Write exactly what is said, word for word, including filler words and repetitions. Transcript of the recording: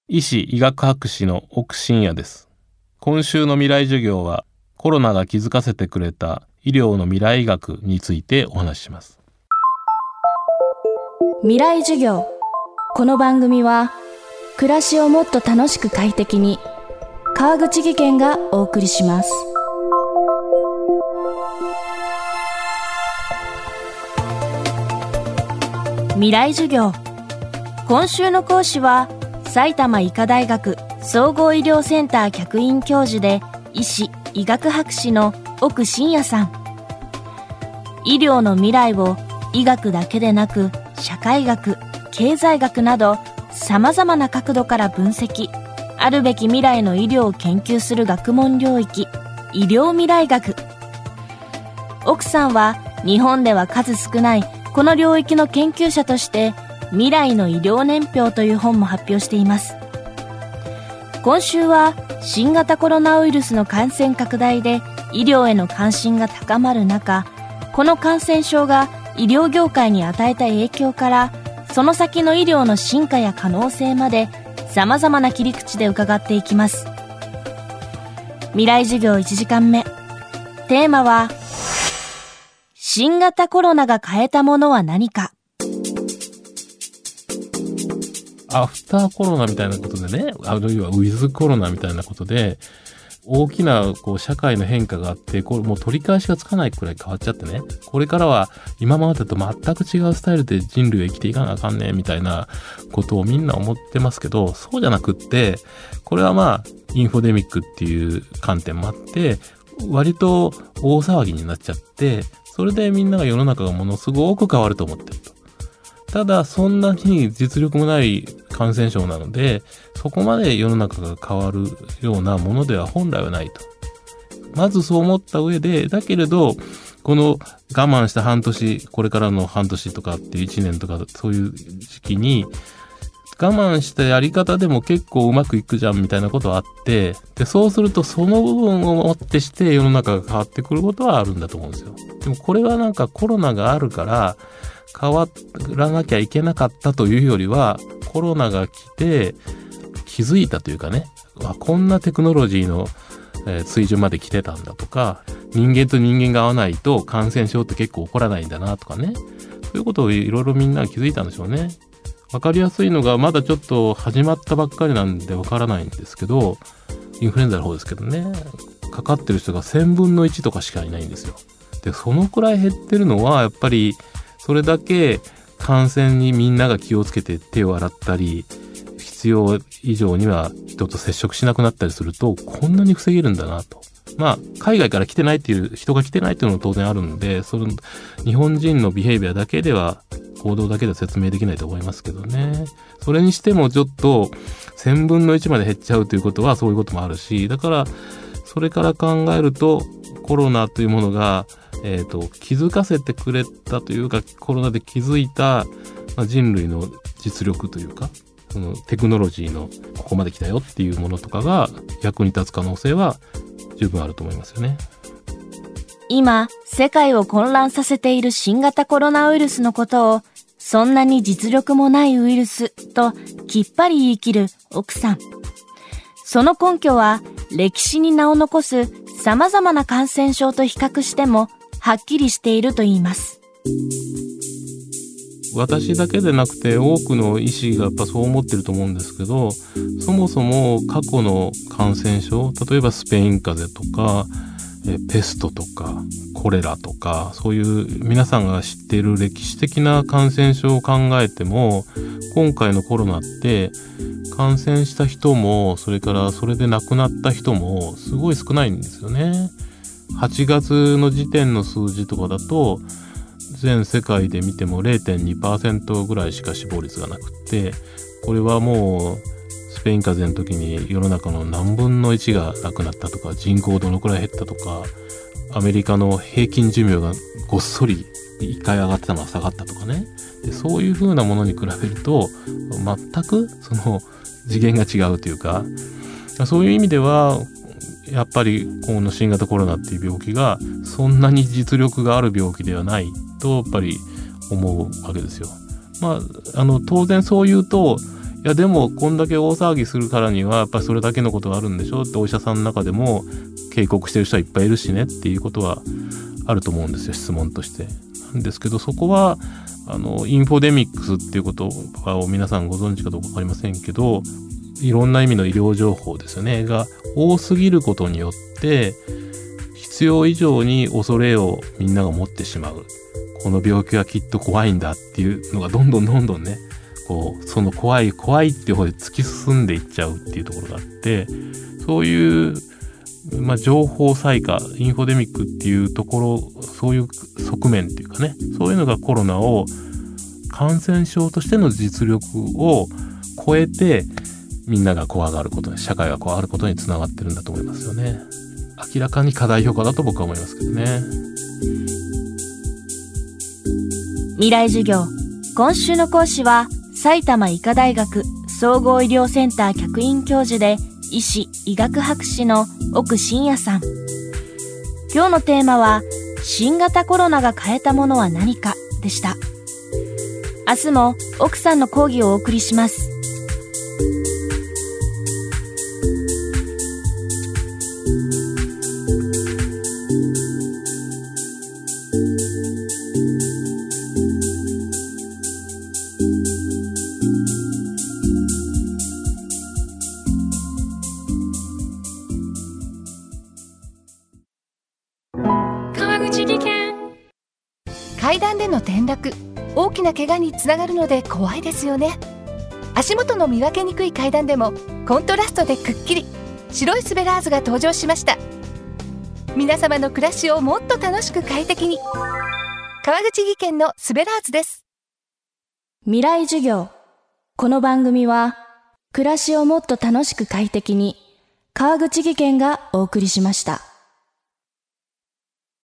医師医学博士の奥真也です。今週の未来授業はコロナが気づかせてくれた医療の未来医学についてお話しします。 未来授業。この番組は暮らしをもっと楽しく快適に川口義賢がお送りします。未来授業。今週の講師は埼玉医科大学総合医療センター客員教授で医師医学博士の奥真也さん。医療の未来を医学だけでなく社会学、経済学など様々な角度から分析、あるべき未来の医療を研究する学問領域、医療未来学。奥さんは日本では数少ないこの領域の研究者として未来の医療年表という本も発表しています。今週は新型コロナウイルスの感染拡大で医療への関心が高まる中、この感染症が医療業界に与えた影響からその先の医療の進化や可能性まで様々な切り口で伺っていきます。未来授業いちじかんめ、テーマは新型コロナが変えたものは何か。 アフターコロナみたいなことでね、あるいはウィズコロナみたいなことで大きなこう社会の変化があって、これもう取り返しがつかないくらい変わっちゃってね、これからは今までと全く違うスタイルで人類は生きていかなあかんねみたいなことをみんな思ってますけど、そうじゃなくって、これはまあインフォデミックっていう観点もあって割と大騒ぎになっちゃって、それでみんなが世の中がものすごく変わると思ってると。ただそんなに実力もない感染症なので、そこまで世の中が変わるようなものでは本来はないと。まずそう思った上で、だけれどこの我慢した半年、これからの半年とかっていういちねんとかそういう時期に我慢したやり方でも結構うまくいくじゃんみたいなことはあって、でそうするとその部分をもってして世の中が変わってくることはあるんだと思うんですよ。でもこれはなんかコロナがあるから変わらなきゃいけなかったというよりは、コロナが来て気づいたというかね、こんなテクノロジーの水準まで来てたんだとか、人間と人間が合わないと感染症って結構起こらないんだなとかね、そういうことをいろいろみんな気づいたんでしょうね。わかりやすいのが、まだちょっと始まったばっかりなんでわからないんですけど、インフルエンザの方ですけどね、かかってる人がせんぶんのいちとかしかいないんですよ。でそのくらい減ってるのはやっぱりそれだけ感染にみんなが気をつけて手を洗ったり、必要以上には人と接触しなくなったりすると、こんなに防げるんだなと。まあ海外から来てないっていう人が来てないっていうのも当然あるんで、その日本人のビヘイビアだけでは、行動だけでは説明できないと思いますけどね。それにしてもちょっとせんぶんのいちまで減っちゃうということはそういうこともあるし、だからそれから考えるとコロナというものがえーと、気づかせてくれたというか、コロナで気づいた、まあ、人類の実力というか、そのテクノロジーのここまで来たよっていうものとかが役に立つ可能性は十分あると思いますよね。 今、世界を混乱させている新型コロナウイルスのことを、そんなに実力もないウイルスときっぱり言い切る奥さん。その根拠は、歴史に名を残す様々な感染症と比較してもはっきりしていると言います。 私だけでなくて多くの医師がやっぱそう思ってると思うんですけど、そもそも過去の感染症、例えばスペイン風邪とかペストとかコレラとか、そういう皆さんが知っている歴史的な感染症を考えても、今回のコロナって感染した人も、それからそれで亡くなった人もすごい少ないんですよね。はちがつの時点の数字とかだと全世界で見ても れいてんにパーセント ぐらいしか死亡率がなくて、これはもうスペイン風邪の時に世の中の何分のいちが亡くなったとか、人口どのくらい減ったとか、アメリカの平均寿命がごっそりいっかい上がってたのが下がったとかね。でそういう風なものに比べると全くその次元が違うというか、そういう意味ではやっぱりこの新型コロナっていう病気がそんなに実力がある病気ではないとやっぱり思うわけですよ。まあ、あの当然そう言うといやでもこんだけ大騒ぎするからにはやっぱりそれだけのことがあるんでしょって、お医者さんの中でも警告してる人はいっぱいいるしねっていうことはあると思うんですよ、質問として。なんですけど、そこはあのインフォデミックスっていうことを皆さんご存知かどうか分かりませんけど、いろんな意味の医療情報ですよねが多すぎることによって必要以上に恐れをみんなが持ってしまう。この病気はきっと怖いんだっていうのがどんどんどんどんね、こうその怖い怖いっていう方で突き進んでいっちゃうっていうところがあって、そういう、まあ、情報災禍、インフォデミックっていうところ、そういう側面っていうかね、そういうのがコロナを感染症としての実力を超えてみんなが怖がることに、社会が怖がることにつながってるんだと思いますよね。明らかに過大評価だと僕は思いますけどね。 未来授業、今週の講師は埼玉医科大学総合医療センター客員教授で医師・医学博士の奥真也さん。今日のテーマは新型コロナが変えたものは何かでした。明日も奥さんの講義をお送りします。 階段での転落、大きな怪我につながるので怖いですよね。足元の見分けにくい階段でもコントラストでくっきり白いスベラーズが登場しました。皆様の暮らしをもっと楽しく快適に、川口技研のスベラーズです。 未来授業、この番組は暮らしをもっと楽しく快適に、川口技研がお送りしました。